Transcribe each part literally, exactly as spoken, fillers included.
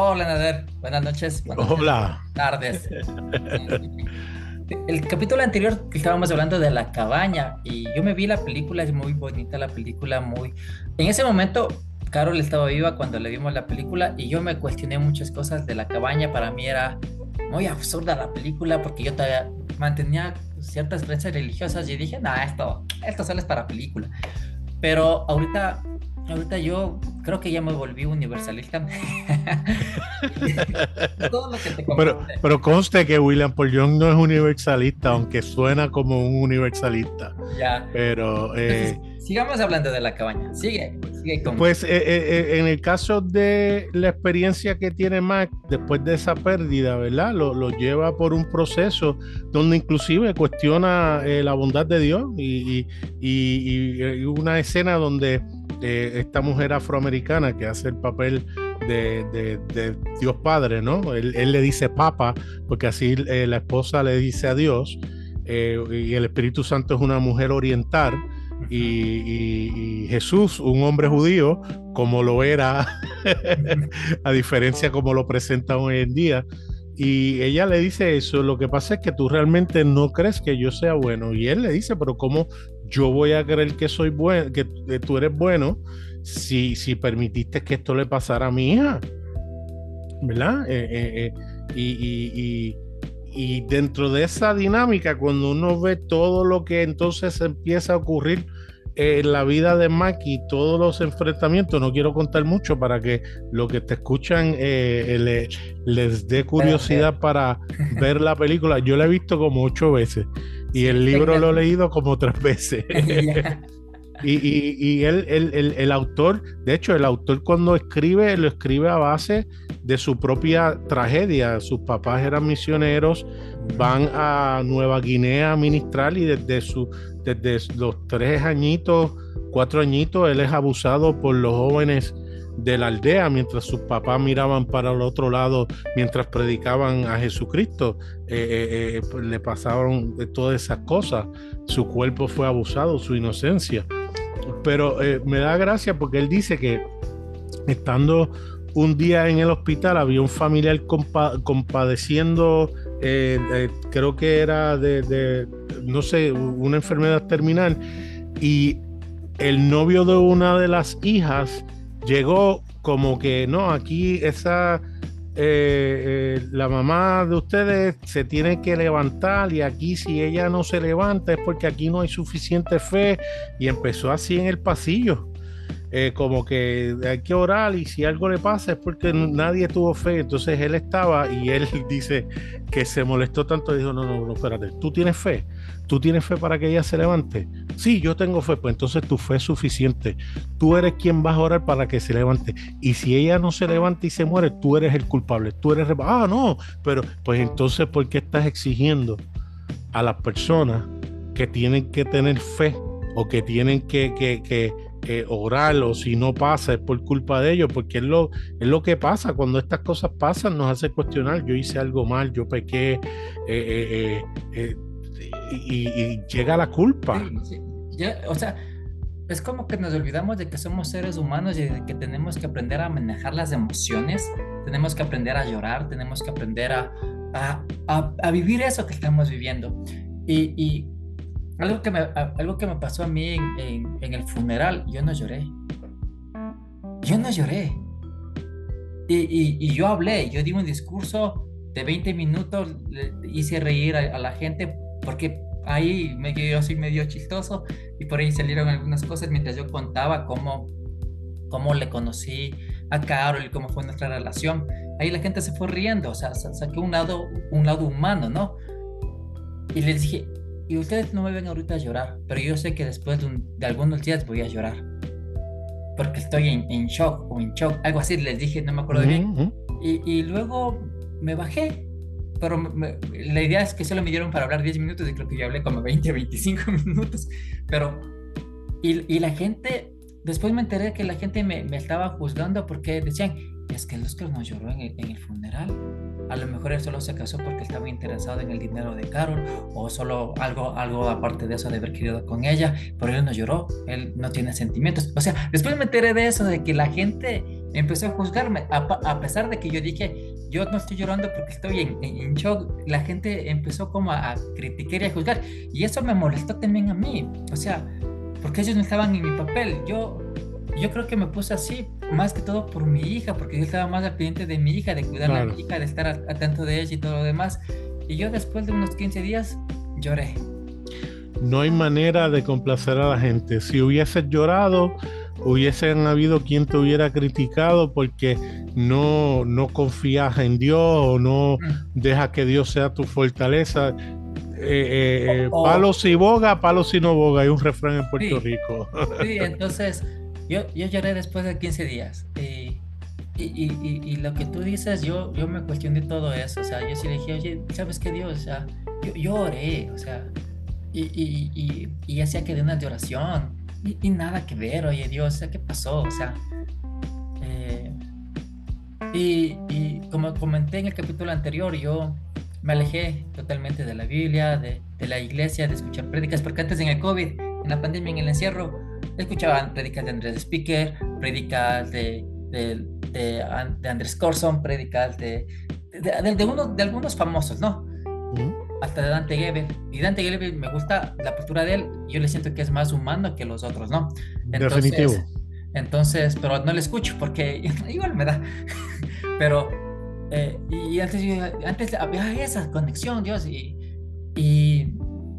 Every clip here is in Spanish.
Hola, Nader. Buenas noches, buenas noches, buenas Hola. tardes. Eh, El capítulo anterior que estábamos hablando de la cabaña y yo me vi la película, es muy bonita la película, muy... En ese momento, Carol estaba viva cuando le vimos la película y yo me cuestioné muchas cosas de la cabaña. Para mí era muy absurda la película porque yo todavía mantenía ciertas creencias religiosas y dije, no, esto, esto solo es para película. Pero ahorita, ahorita yo creo que ya me volví universalista. Todo lo que te Pero, comenté. pero conste que William Paul Young no es universalista, aunque suena como un universalista. Ya. Pero, Entonces, eh, sigamos hablando de la cabaña. Sigue, sigue con... pues, eh, eh, eh, en el caso de la experiencia que tiene Mac después de esa pérdida, ¿verdad? Lo, lo lleva por un proceso donde inclusive cuestiona eh, la bondad de Dios y, y, y- y una escena donde eh, esta mujer afroamericana que hace el papel de, de- de Dios Padre, ¿no? Él, él le dice Papa, porque así eh, la esposa le dice a Dios, eh, y el Espíritu Santo es una mujer oriental, y, Ujú. y- y Jesús, un hombre judío, como lo era, a diferencia como lo presentan hoy en día. Y ella le dice eso, lo que pasa es que tú realmente no crees que yo sea bueno. Y él le dice, pero ¿cómo yo voy a creer que soy bueno, que, que tú eres bueno si, si permitiste que esto le pasara a mi hija? ¿Verdad? Eh, eh, eh, y, y, y, y dentro de esa dinámica, cuando uno ve todo lo que entonces empieza a ocurrir en la vida de Maki, todos los enfrentamientos, no quiero contar mucho para que lo que te escuchan eh, le- les dé Pueden ver. curiosidad para ver la película. Yo la he visto como ocho veces y Sí, el en libro lo he Netflix. leído como tres veces. Ya. Y, y, y él, el, el, el autor, de hecho, el autor cuando escribe, lo escribe a base de su propia tragedia. Sus papás eran misioneros, Mm. van a Nueva Guinea a ministrar y desde, su, desde los tres añitos, cuatro añitos, él es abusado por los jóvenes de la aldea mientras sus papás miraban para el otro lado mientras predicaban a Jesucristo. Eh, eh, eh, pues le pasaron todas esas cosas. Su cuerpo fue abusado, su inocencia. Pero eh, me da gracia porque él dice que estando un día en el hospital había un familiar compa compadeciendo, eh, eh, creo que era de, de, no sé, una enfermedad terminal, y el novio de una de las hijas llegó como que, no, aquí esa, eh, eh, la mamá de ustedes se tiene que levantar y aquí si ella no se levanta es porque aquí no hay suficiente fe, y empezó así en el pasillo, eh, como que hay que orar y si algo le pasa es porque nadie tuvo fe. Entonces él estaba y él dice que se molestó tanto, dijo, no, no, no, espérate, tú tienes fe, tú tienes fe para que ella se levante. Sí, yo tengo fe, pues entonces tu fe es suficiente. Tú eres quien vas a orar para que se levante. Y si ella no se levanta y se muere, tú eres el culpable, tú eres... Ah, no, pero pues entonces, ¿por qué estás exigiendo a las personas que tienen que tener fe o que tienen que, que, que eh, orar, o si no pasa es por culpa de ellos? Porque es lo, es lo que pasa cuando estas cosas pasan, nos hace cuestionar, yo hice algo mal, yo pequé, eh, eh, eh, eh, y, y llega la culpa. Sí, sí. Ya, o sea, es como que nos olvidamos de que somos seres humanos y de que tenemos que aprender a manejar las emociones, tenemos que aprender a llorar, tenemos que aprender a, a, a, a vivir eso que estamos viviendo. Y, y algo que me, a- algo que me pasó a mí en, en, en el funeral, yo no lloré, yo no lloré. Y, y, y yo hablé, yo di un discurso de veinte minutos, le hice reír a, a la gente porque ahí me quedé así medio chistoso y por ahí salieron algunas cosas mientras yo contaba cómo, cómo le conocí a Carol y cómo fue nuestra relación. Ahí la gente se fue riendo, o sea, sa- saqué un lado, un lado humano, ¿no? Y les dije, y ustedes no me ven ahorita a llorar, pero yo sé que después de, un- de algunos días voy a llorar porque estoy en, en shock o en shock, algo así les dije, no me Uh acuerdo bien. -huh. Y, y luego me bajé, pero me- me- la idea es que solo me dieron para hablar diez minutos y creo que yo hablé como veinte veinticinco minutos. Pero, y, y la gente, después me enteré que la gente me, me estaba juzgando porque decían, es que el Oscar no lloró en el, en el funeral. A lo mejor él solo se casó porque estaba interesado en el dinero de Carol o solo algo, algo aparte de eso de haber querido con ella, pero él no lloró, él no tiene sentimientos. O sea, después me enteré de eso, de que la gente empezó a juzgarme, a, pa- a pesar de que yo dije, yo no estoy llorando porque estoy en, en, en shock, la gente empezó como a, a criticar y a juzgar, y eso me molestó también a mí, o sea, porque ellos no estaban en mi papel, yo, yo creo que me puse así, más que todo por mi hija, porque yo estaba más al pendiente de mi hija, de cuidar a Claro. mi hija, de estar al- atento de ella y todo lo demás, y yo después de unos quince días lloré. No hay manera de complacer a la gente. Si hubieses llorado, hubiesen habido quien te hubiera criticado porque no, no confías en Dios o no Mm. dejas que Dios sea tu fortaleza. Eh, eh, eh, O, palo si boga, palo si no boga. Hay un refrán en Puerto sí, Rico. sí, entonces yo, yo lloré después de quince días. Y, y, y, y- y lo que tú dices, yo, yo me cuestioné todo eso. O sea, yo sí le dije, oye, ¿sabes qué, Dios? O sea, yo, yo oré, o sea, y, y, y, y hacía cadenas de oración. Y, y nada que ver, oye, Dios, o sea, ¿qué pasó? O sea, eh, y, y como comenté en el capítulo anterior, yo me alejé totalmente de la Biblia, de, de la iglesia, de escuchar prédicas, porque antes en el COVID, en la pandemia, en el encierro, escuchaban prédicas de Andrés Speaker, prédicas de, de, de, An- de Andrés Corson, prédicas de, de, de, de uno- de algunos famosos, ¿no? ¿Mm? Hasta de Dante Gebel. Y Dante Gebel me gusta la postura de él, yo le siento que es más humano que los otros, ¿no? Entonces, Definitivo. entonces, pero no le escucho porque igual me da. Pero, eh, y antes, yo- antes había esa conexión, Dios, y, y,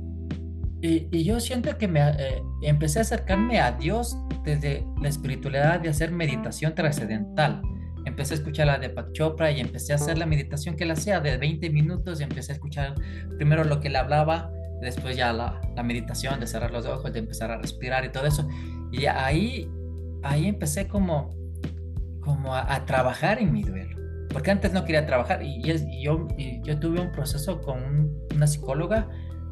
y, y yo siento que me eh, empecé a acercarme a Dios desde la espiritualidad de hacer meditación trascendental. Empecé a escuchar la de Pat Chopra y empecé a hacer la meditación que él hacía de veinte minutos y empecé a escuchar primero lo que él hablaba, después ya la, la meditación de cerrar los ojos, de empezar a respirar y todo eso. Y ahí, ahí empecé como como a, a trabajar en mi duelo, porque antes no quería trabajar y, y es- y yo, y yo tuve un proceso con un- una psicóloga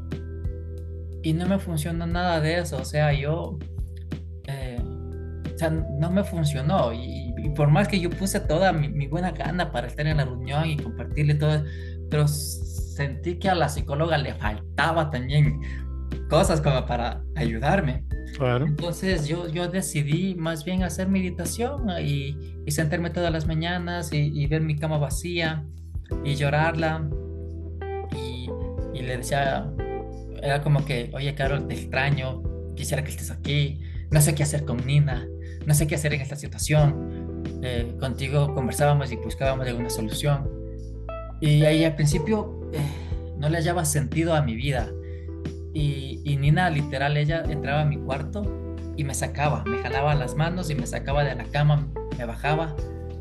y no me funcionó nada de eso, o sea, yo, eh, o sea, no me funcionó y, y por más que yo puse toda mi, mi buena gana para estar en la reunión y compartirle todo, pero sentí que a la psicóloga le faltaba también cosas como para ayudarme. Claro. Entonces yo, yo decidí más bien hacer meditación y, y sentarme todas las mañanas y, y ver mi cama vacía y llorarla y, y le decía, era como que, oye Carol, te extraño, quisiera que estés aquí, no sé qué hacer con Nina, no sé qué hacer en esta situación. Eh, contigo conversábamos y buscábamos alguna solución. Y ahí al principio eh, no le hallaba sentido a mi vida. Y, y Nina, literal, ella entraba a mi cuarto y me sacaba, me jalaba las manos y me sacaba de la cama, me bajaba.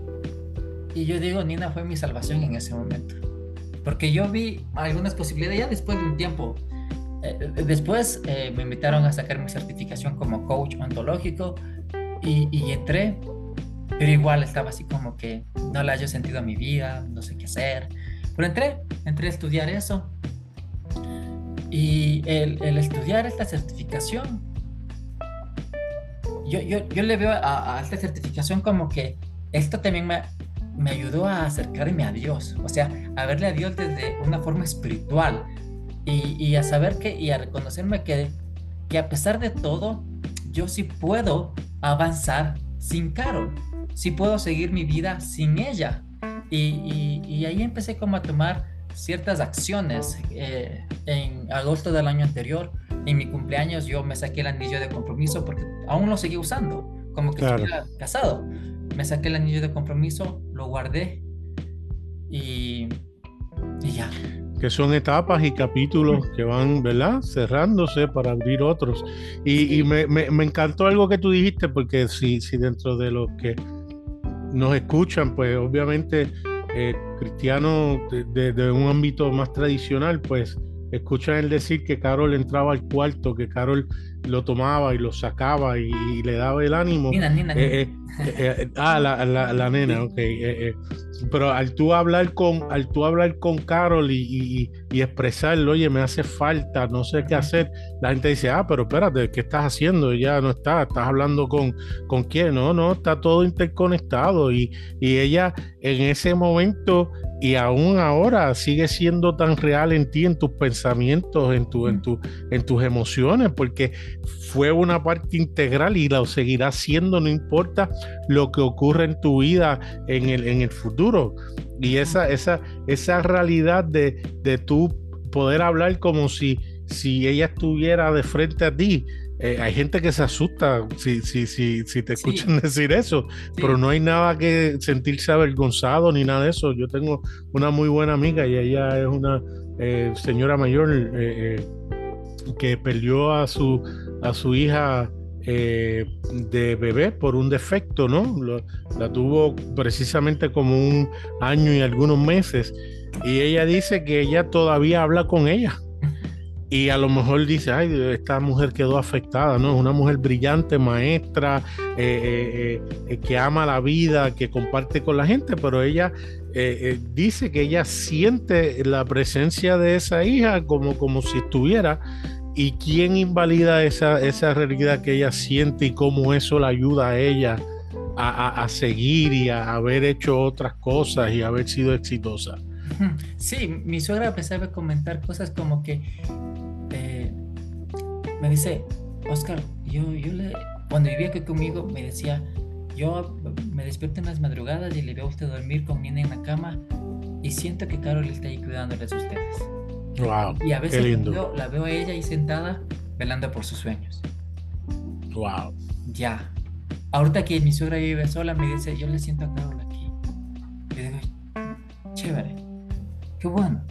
Y yo digo, Nina fue mi salvación en ese momento. Porque yo vi algunas posibilidades ya después de un tiempo. Eh, eh, después eh, me invitaron a sacar mi certificación como coach ontológico y, y entré, pero igual estaba así como que no le hallo sentido a mi vida, no sé qué hacer. Pero entré, entré a estudiar eso. Y el, el estudiar esta certificación, yo, yo, yo le veo a, a esta certificación como que esto también me, me ayudó a acercarme a Dios, o sea, a verle a Dios desde una forma espiritual y, y a saber que y a reconocerme que, que a pesar de todo, yo sí puedo avanzar sin Carol, sí puedo seguir mi vida sin ella. Y, y, y ahí empecé como a tomar ciertas acciones. Eh, en agosto del año anterior, en mi cumpleaños, yo me saqué el anillo de compromiso porque aún lo seguía usando, como que Claro. estuviera casado. Me saqué el anillo de compromiso, lo guardé y, y ya. Que son etapas y capítulos que van, ¿verdad? Cerrándose para abrir otros. Y, y Sí, me, me, me encantó algo que tú dijiste, porque si, si dentro de los que nos escuchan, pues obviamente eh, cristianos de, de, de un ámbito más tradicional, pues escuchan el decir que Carol entraba al cuarto, que Carol lo tomaba y lo sacaba y, y le daba el ánimo. Nina, Nina, Nina. Eh, eh, eh, eh, ah, la, la, la nena, Sí. ok. Eh, eh. Pero al tú hablar con, al tú hablar con Carol y, y, y expresarlo, oye, me hace falta, no sé qué Ujú. hacer, la gente dice, ah, pero espérate, ¿qué estás haciendo? Ya no está, estás hablando con, ¿con quién? No, no, está todo interconectado y, y ella en ese momento y aún ahora sigue siendo tan real en ti, en tus pensamientos, en, tu, en, tu, en tus emociones, porque fue una parte integral y lo seguirá siendo, no importa lo que ocurra en tu vida en el, en el futuro. Y esa, esa, esa realidad de, de tú poder hablar como si, si ella estuviera de frente a ti. Eh, hay gente que se asusta si, si, si, si te escuchan sí. decir eso, sí. pero no hay nada que sentirse avergonzado ni nada de eso. Yo tengo una muy buena amiga y ella es una eh, señora mayor eh, eh, que perdió a su, a su hija eh, de bebé por un defecto, ¿no? Lo, la tuvo precisamente como un año y algunos meses, y ella dice que ella todavía habla con ella. Y a lo mejor dice, ay, esta mujer quedó afectada, ¿no? Es una mujer brillante, maestra, eh, eh, eh, que ama la vida, que comparte con la gente, pero ella eh, eh, dice que ella siente la presencia de esa hija como, como si estuviera. ¿Y quién invalida esa, esa realidad que ella siente y cómo eso la ayuda a ella a, a, a seguir y a haber hecho otras cosas y haber sido exitosa? Sí, mi suegra empezaba a comentar cosas como que eh, me dice, Oscar, yo, yo le, cuando vivía aquí conmigo me decía, yo me despierto en las madrugadas y le veo a usted dormir con Nina en la cama y siento que Carol está ahí cuidándoles a ustedes. Wow, y a veces qué lindo. La, veo, la veo a ella ahí sentada velando por sus sueños. Wow. Ya. Ahorita que mi suegra vive sola me dice, yo le siento a Carol aquí. Y digo, chévere. Qué bueno,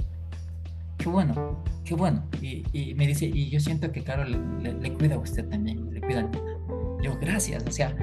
qué bueno, qué bueno. Y, y me dice, y yo siento que Carol le, le, le cuida a usted también, le cuida a Nina. Yo, gracias, o sea,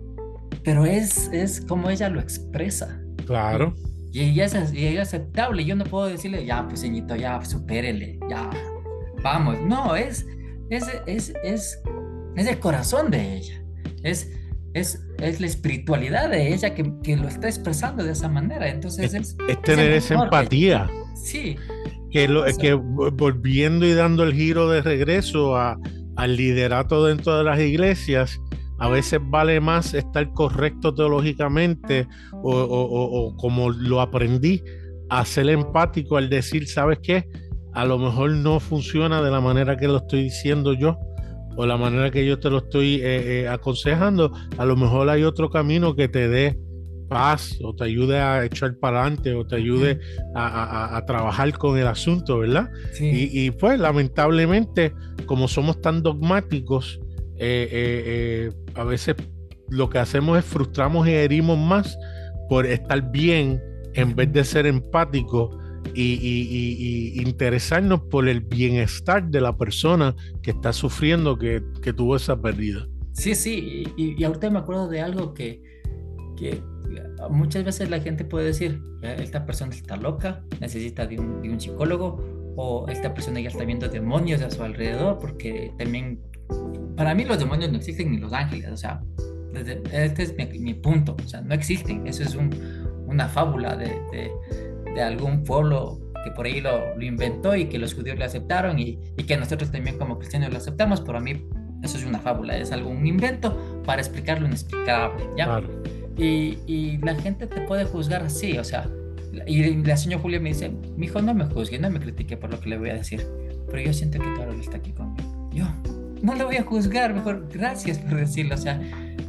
pero es, es como ella lo expresa. Claro. Y, y, ella es, y ella es aceptable. Yo no puedo decirle, ya, pues, señorito, ya, supérele, ya, vamos. No, es, es, es, es, es el corazón de ella. Es... Es, es la espiritualidad de ella que, que lo está expresando de esa manera. Entonces es, es, es tener es esa empatía. Que, sí. Que, lo, que volviendo y dando el giro de regreso a, al liderato dentro de las iglesias, a veces vale más estar correcto teológicamente o, o, o, o como lo aprendí, a ser empático al decir, ¿sabes qué? A lo mejor no funciona de la manera que lo estoy diciendo yo, o la manera que yo te lo estoy eh, eh, aconsejando. A lo mejor hay otro camino que te dé paz o te ayude a echar para adelante o te ayude a, a, a trabajar con el asunto, ¿verdad? Sí. Y, y pues lamentablemente, como somos tan dogmáticos, eh, eh, eh, a veces lo que hacemos es frustramos y herimos más por estar bien en vez de ser empáticos Y, y, y, y interesarnos por el bienestar de la persona que está sufriendo, que, que tuvo esa pérdida. Sí, sí, y, y ahorita me acuerdo de algo que, que muchas veces la gente puede decir, esta persona está loca, necesita de un, de un psicólogo, o esta persona ya está viendo demonios a su alrededor, porque también, para mí los demonios no existen, ni los ángeles, o sea, desde, este es mi, mi punto, o sea, no existen, eso es un, una fábula de... de de algún pueblo que por ahí lo, lo inventó y que los judíos lo aceptaron y, y que nosotros también como cristianos lo aceptamos, pero a mí eso es una fábula, es algo, un invento para explicar lo inexplicable, ¿ya? Claro. Y, y la gente te puede juzgar así, o sea, y la señora Julia me dice, mijo, no me juzgue, no me critique por lo que le voy a decir, pero yo siento que Carol está aquí conmigo. Yo no le voy a juzgar, mejor gracias por decirlo, o sea,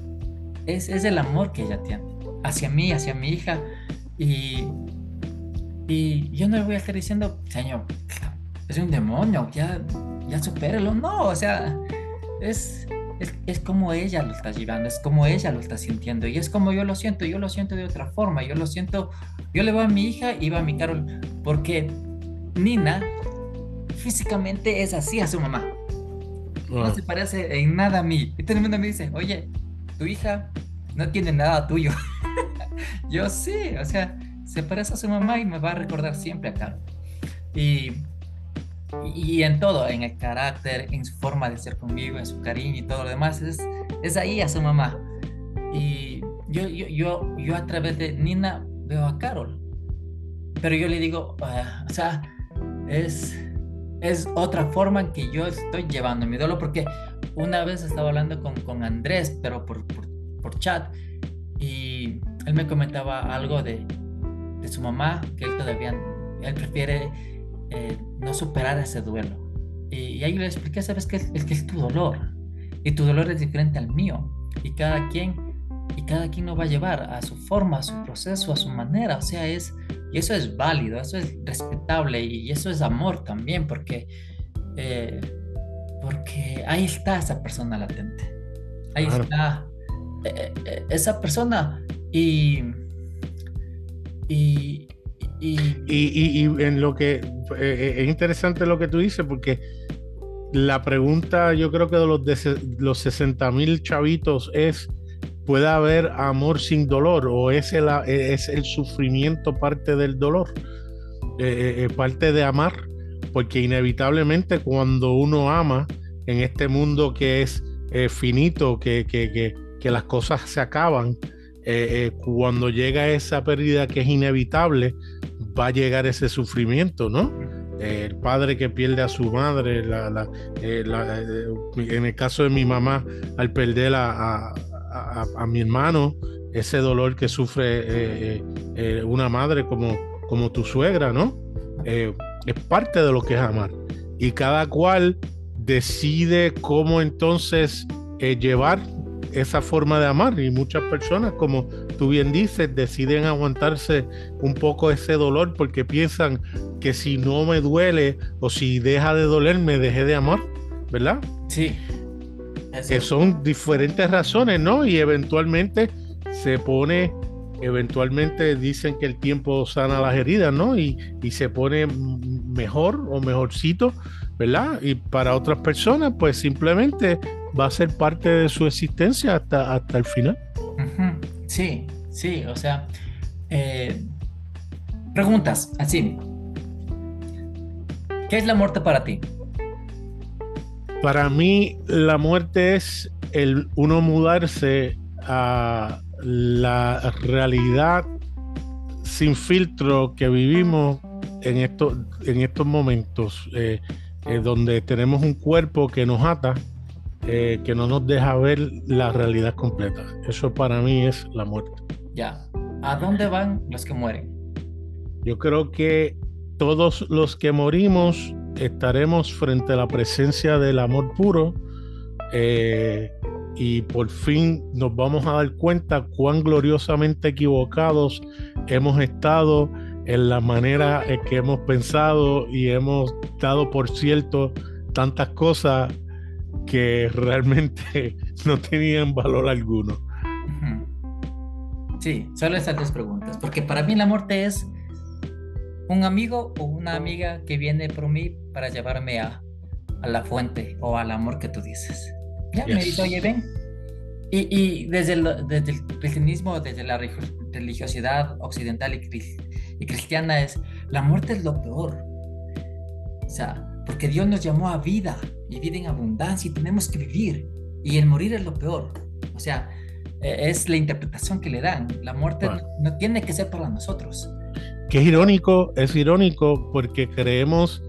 es, es el amor que ella tiene hacia mí, hacia mi hija, y Y yo no le voy a estar diciendo, señor, es un demonio, ya, ya supérelo. No, o sea, es, es, es como ella lo está llevando, es como ella lo está sintiendo. Y es como yo lo siento, yo lo siento de otra forma. Yo lo siento, yo le voy a mi hija y va a mi Carol, porque Nina físicamente es así a su mamá. Wow. No se parece en nada a mí. Y todo el mundo me dice, oye, tu hija no tiene nada tuyo. Yo sí, o sea... se parece a su mamá y me va a recordar siempre a Carol. Y, y en todo, en el carácter, en su forma de ser conmigo, en su cariño y todo lo demás, es, es ahí a su mamá. Y yo, yo, yo, yo a través de Nina veo a Carol. Pero yo le digo, uh, o sea, es, es otra forma en que yo estoy llevando mi dolor, porque una vez estaba hablando con, con Andrés, pero por, por, por chat, y él me comentaba algo de de su mamá, que él todavía, él prefiere eh, no superar ese duelo. Y, y ahí le expliqué, ¿sabes qué? Es que es tu dolor. y tu dolor es diferente al mío. Y cada quien, y cada quien lo va a llevar a su forma, a su proceso, a su manera. O sea, es, y eso es válido, eso es respetable y eso es amor también, porque, eh, porque ahí está esa persona latente. Ahí Claro. está eh, eh, esa persona y, y, y, Y, y- y en lo que eh, eh, es interesante lo que tú dices, porque la pregunta, yo creo que de los, de se- los sesenta mil chavitos es, ¿puede haber amor sin dolor o es el, a- es el sufrimiento parte del dolor? Eh, eh, eh, parte de amar, porque inevitablemente cuando uno ama en este mundo que es eh, finito, que, que, que, que las cosas se acaban, eh, eh, cuando llega esa pérdida que es inevitable, va a llegar ese sufrimiento, ¿no? Eh, el padre que pierde a su madre, la, la, eh, la, eh, en el caso de mi mamá, al perder a, a, a, a mi hermano, ese dolor que sufre eh, eh, eh, una madre como, como tu suegra, ¿no? Eh, es parte de lo que es amar. Y cada cual decide cómo entonces eh, llevar esa forma de amar. Y muchas personas, como tú bien dices, deciden aguantarse un poco ese dolor porque piensan que si no me duele o si deja de doler, me dejé de amar, ¿verdad? sí, Que eso. son diferentes razones, ¿no? Y eventualmente se pone, eventualmente dicen que el tiempo sana las heridas, ¿no? Y, y se pone mejor o mejorcito, ¿verdad? Y para otras personas, pues simplemente va a ser parte de su existencia hasta, hasta el final. Ujú, sí, sí, o sea, eh, preguntas así. ¿Qué es la muerte para ti? Para mí, la muerte es el uno mudarse a la realidad sin filtro que vivimos en estos, en estos momentos, eh, eh, donde tenemos un cuerpo que nos ata, eh, que no nos deja ver la realidad completa. Eso para mí es la muerte. Ya. ¿A dónde van los que mueren? Yo creo que todos los que morimos estaremos frente a la presencia del amor puro, eh, y por fin nos vamos a dar cuenta cuán gloriosamente equivocados hemos estado en la manera en que hemos pensado y hemos dado por cierto tantas cosas que realmente no tenían valor alguno. Ujú. Sí, solo esas dos preguntas, porque para mí la muerte es un amigo o una amiga que viene por mí para llevarme a, a la fuente o al amor que tú dices. Ya, me dice, oye, Yes. ven. Y, y desde el, desde el cristianismo, desde la relig- religiosidad occidental y, cris- y cristiana es, la muerte es lo peor. O sea, porque Dios nos llamó a vida y vida en abundancia y tenemos que vivir. Y el morir es lo peor. O sea, eh, es la interpretación que le dan. La muerte no, Bueno, no tiene que ser para nosotros. que es irónico, es irónico porque creemos,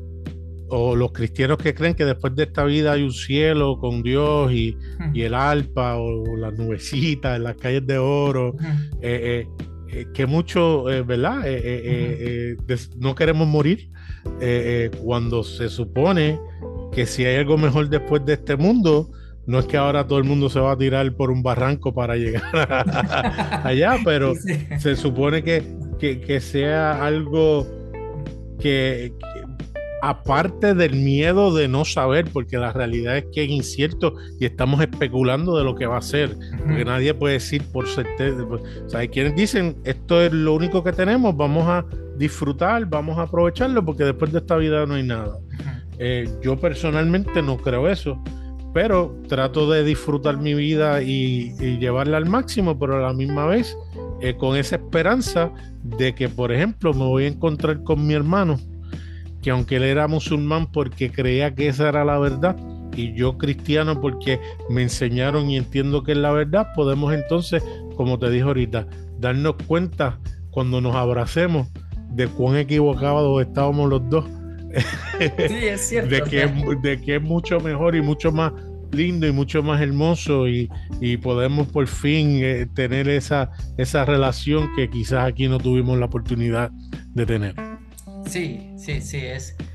o los cristianos que creen que después de esta vida hay un cielo con Dios y, y el alpa o las nubecitas en las calles de oro, Ujú, eh, eh, eh, que mucho, eh, ¿verdad? Eh, eh, eh, ujú. eh, des- no queremos morir, eh, eh, cuando se supone que si hay algo mejor después de este mundo, no es que ahora todo el mundo se va a tirar por un barranco para llegar a- allá, Sí, pero sí. se supone que, que, que sea algo que, que aparte del miedo de no saber, porque la realidad es que es incierto y estamos especulando de lo que va a ser, porque Ujú, nadie puede decir por certeza. O sea, hay quienes dicen, esto es lo único que tenemos, vamos a disfrutar, vamos a aprovecharlo, porque después de esta vida no hay nada. ujú. Eh, yo personalmente no creo eso, pero trato de disfrutar mi vida y, y llevarla al máximo, pero a la misma vez eh, con esa esperanza de que, por ejemplo, me voy a encontrar con mi hermano, que aunque él era musulmán porque creía que esa era la verdad, y yo cristiano porque me enseñaron y entiendo que es la verdad, podemos entonces, como te dije ahorita, darnos cuenta cuando nos abracemos de cuán equivocados estábamos los dos, Sí, es cierto. de O que, sea, de que es mucho mejor y mucho más lindo y mucho más hermoso, y, y podemos por fin eh, tener esa, esa relación que quizás aquí no tuvimos la oportunidad de tener. sí, sí, sí, es.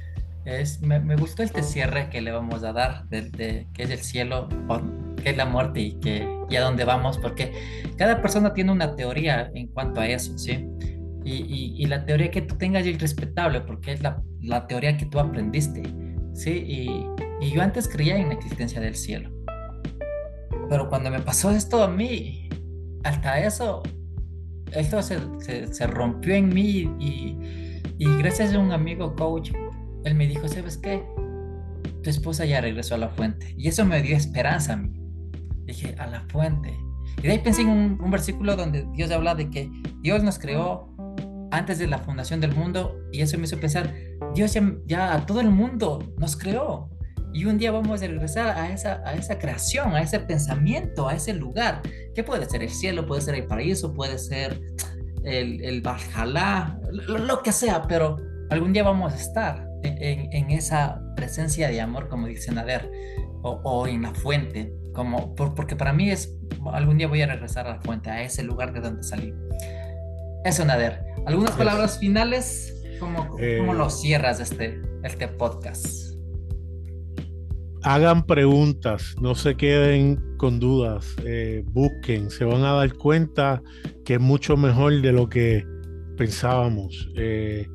Es, me, me gustó este cierre que le vamos a dar, de, de qué es el cielo, o qué es la muerte y, que, y a dónde vamos, porque cada persona tiene una teoría en cuanto a eso, ¿sí? Y, y, y la teoría que tú tengas es respetable, porque es la, la teoría que tú aprendiste, ¿sí? Y, y yo antes creía en la existencia del cielo, pero cuando me pasó esto a mí, hasta eso, esto se, se, se rompió en mí y, y gracias a un amigo coach, él me dijo, ¿sabes qué? Tu esposa ya regresó a la fuente. Y eso me dio esperanza a mí. Dije, a la fuente. Y de ahí pensé en un, un versículo donde Dios habla de que Dios nos creó antes de la fundación del mundo y eso me hizo pensar, Dios ya, ya a todo el mundo nos creó. Y un día vamos a regresar a esa, a esa creación, a ese pensamiento, a ese lugar. ¿Qué puede ser el cielo? Puede ser el paraíso, puede ser el, el Valhalla, lo, lo que sea, pero algún día vamos a estar en, en esa presencia de amor, como dice Nader, o, o en la fuente, como, por, porque para mí es, algún día voy a regresar a la fuente, a ese lugar de donde salí. Eso, Nader. ¿Algunas Yes. palabras finales? ¿Cómo, Eh, cómo lo cierras este, este podcast? Hagan preguntas, no se queden con dudas, eh, busquen, se van a dar cuenta que es mucho mejor de lo que pensábamos. Eh,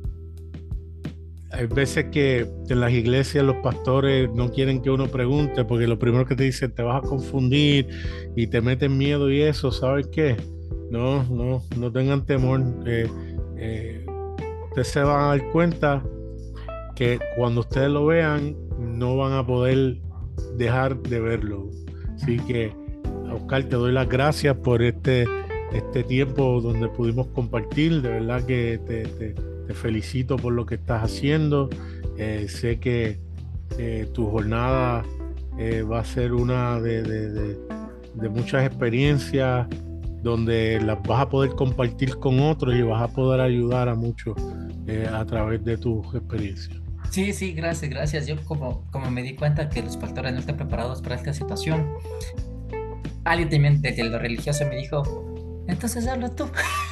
hay veces que en las iglesias los pastores no quieren que uno pregunte porque lo primero que te dicen te vas a confundir y te meten miedo y eso, ¿sabes qué? No, no, no tengan temor. Eh, eh, ustedes se van a dar cuenta que cuando ustedes lo vean no van a poder dejar de verlo. Así que, Oscar, te doy las gracias por este, este tiempo donde pudimos compartir. De verdad que te, te, te felicito por lo que estás haciendo. Eh, sé que eh, tu jornada eh, va a ser una de, de, de, de muchas experiencias donde las vas a poder compartir con otros y vas a poder ayudar a muchos eh, a través de tus experiencias. Sí, sí, gracias, gracias. Yo como, como me di cuenta que los pastores no están preparados para esta situación, alguien también desde lo religioso me dijo, entonces habla tú.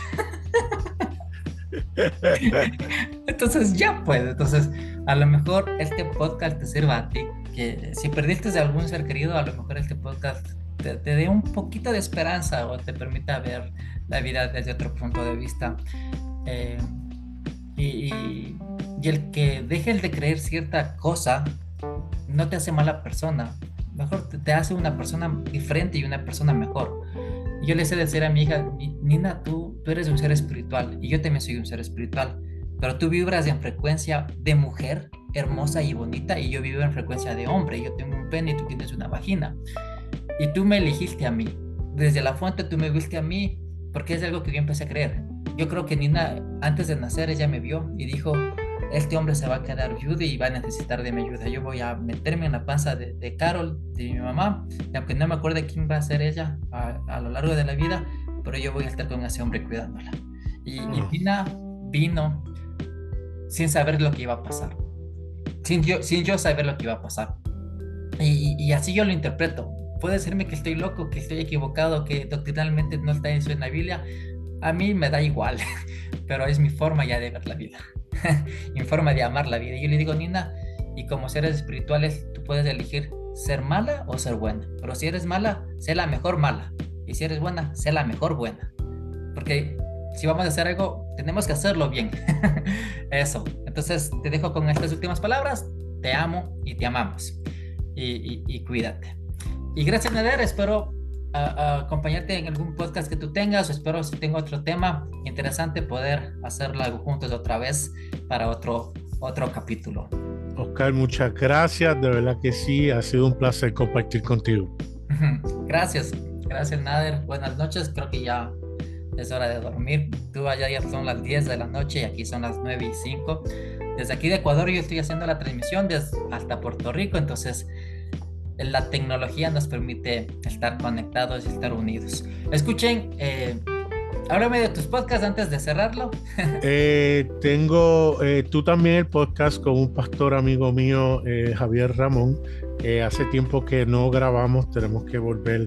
Entonces ya pues, entonces a lo mejor este podcast te sirva a ti, que si perdiste de algún ser querido, a lo mejor este podcast te, te dé un poquito de esperanza o te permita ver la vida desde otro punto de vista. Eh, y, y, y el que dejes de creer cierta cosa no te hace mala persona, mejor te, te hace una persona diferente y una persona mejor. Y yo le sé decir a mi hija, Nina, tú, tú eres un ser espiritual y yo también soy un ser espiritual, pero tú vibras en frecuencia de mujer hermosa y bonita y yo vivo en frecuencia de hombre. Yo tengo un pene y tú tienes una vagina. Y tú me elegiste a mí. Desde la fuente tú me viste a mí porque es algo que yo empecé a creer. Yo creo que Nina, antes de nacer, ella me vio y dijo, este hombre se va a quedar viudo y va a necesitar de mi ayuda. Yo voy a meterme en la panza de, de Carol, de mi mamá, y aunque no me acuerde quién va a ser ella a, a lo largo de la vida, pero yo voy a estar con ese hombre cuidándola. Y, Oh. y Nina vino sin saber lo que iba a pasar, sin yo, sin yo saber lo que iba a pasar. Y, y, y así yo lo interpreto. Puede serme que estoy loco, que estoy equivocado, que doctrinalmente no está eso en la Biblia. A mí me da igual, pero es mi forma ya de ver la vida, mi forma de amar la vida. Y yo le digo, Nina, y como seres espirituales, tú puedes elegir ser mala o ser buena. Pero si eres mala, sé la mejor mala. Y si eres buena, sé la mejor buena. Porque si vamos a hacer algo, tenemos que hacerlo bien. Eso. Entonces, te dejo con estas últimas palabras. Te amo y te amamos. Y, y, y cuídate. Y gracias, Nader. Espero a, a acompañarte en algún podcast que tú tengas. Espero, si tengo otro tema interesante, poder hacerlo juntos otra vez para otro, otro capítulo. Oscar, muchas gracias. De verdad que sí, ha sido un placer compartir contigo. Gracias. Gracias, Nader. Buenas noches. Creo que ya es hora de dormir. Tú allá ya son las diez de la noche y aquí son las nueve y cinco. Desde aquí de Ecuador yo estoy haciendo la transmisión desde hasta Puerto Rico, entonces la tecnología nos permite estar conectados y estar unidos. Escuchen, eh, háblame de tus podcasts antes de cerrarlo. eh, tengo eh, tú también el podcast con un pastor amigo mío, eh, Javier Ramón. Eh, hace tiempo que no grabamos, tenemos que volver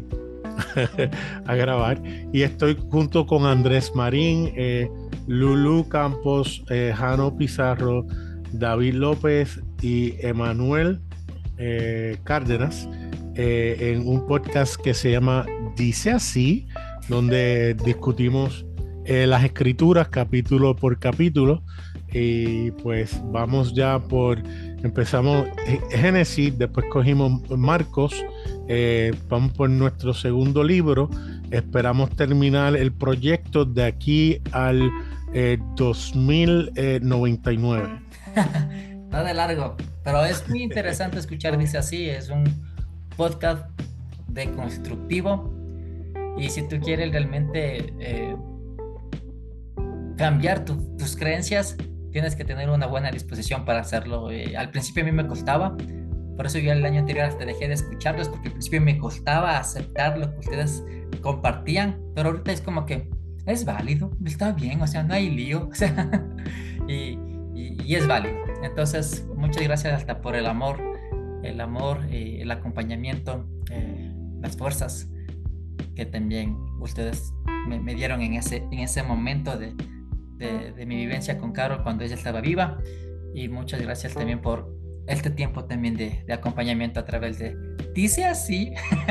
a grabar. Y estoy junto con Andrés Marín, eh, Lulu Campos, eh, Jano Pizarro, David López y Emanuel eh, Cárdenas eh, en un podcast que se llama Dice Así, donde discutimos eh, las escrituras capítulo por capítulo. Y pues vamos ya por, empezamos Génesis, después cogimos Marcos, eh, vamos por nuestro segundo libro. Esperamos terminar el proyecto de aquí al eh, dos mil noventa y nueve. No de largo, pero es muy interesante escuchar Dice Así. Es un podcast deconstructivo, y si tú quieres realmente eh, cambiar tu, tus creencias, tienes que tener una buena disposición para hacerlo. Eh, al principio a mí me costaba, por eso yo el año anterior hasta dejé de escucharlos, porque al principio me costaba aceptar lo que ustedes compartían, pero ahorita es como que es válido, está bien, o sea, no hay lío, o sea, y, y, y es válido. Entonces, muchas gracias hasta por el amor, el amor, eh, el acompañamiento, eh, las fuerzas que también ustedes me, me dieron en ese, en ese momento de De, de mi vivencia con Carol cuando ella estaba viva, y muchas gracias también por este tiempo también de, de acompañamiento a través de Dice Así.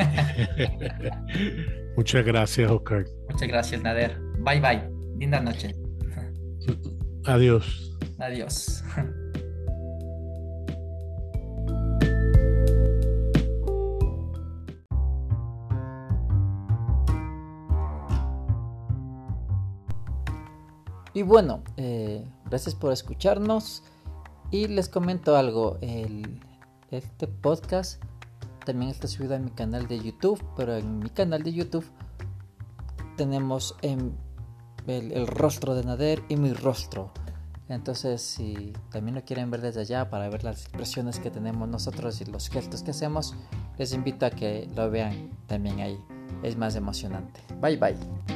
Muchas gracias, Oscar. Muchas gracias, Nader. Bye bye, linda noche. Adiós. Adiós. Y bueno, eh, gracias por escucharnos, y les comento algo. El, este podcast también está subido a mi canal de YouTube, pero en mi canal de YouTube tenemos en el, el rostro de Nader y mi rostro. Entonces, si también lo quieren ver desde allá para ver las expresiones que tenemos nosotros y los gestos que hacemos, les invito a que lo vean también ahí. Es más emocionante. Bye bye.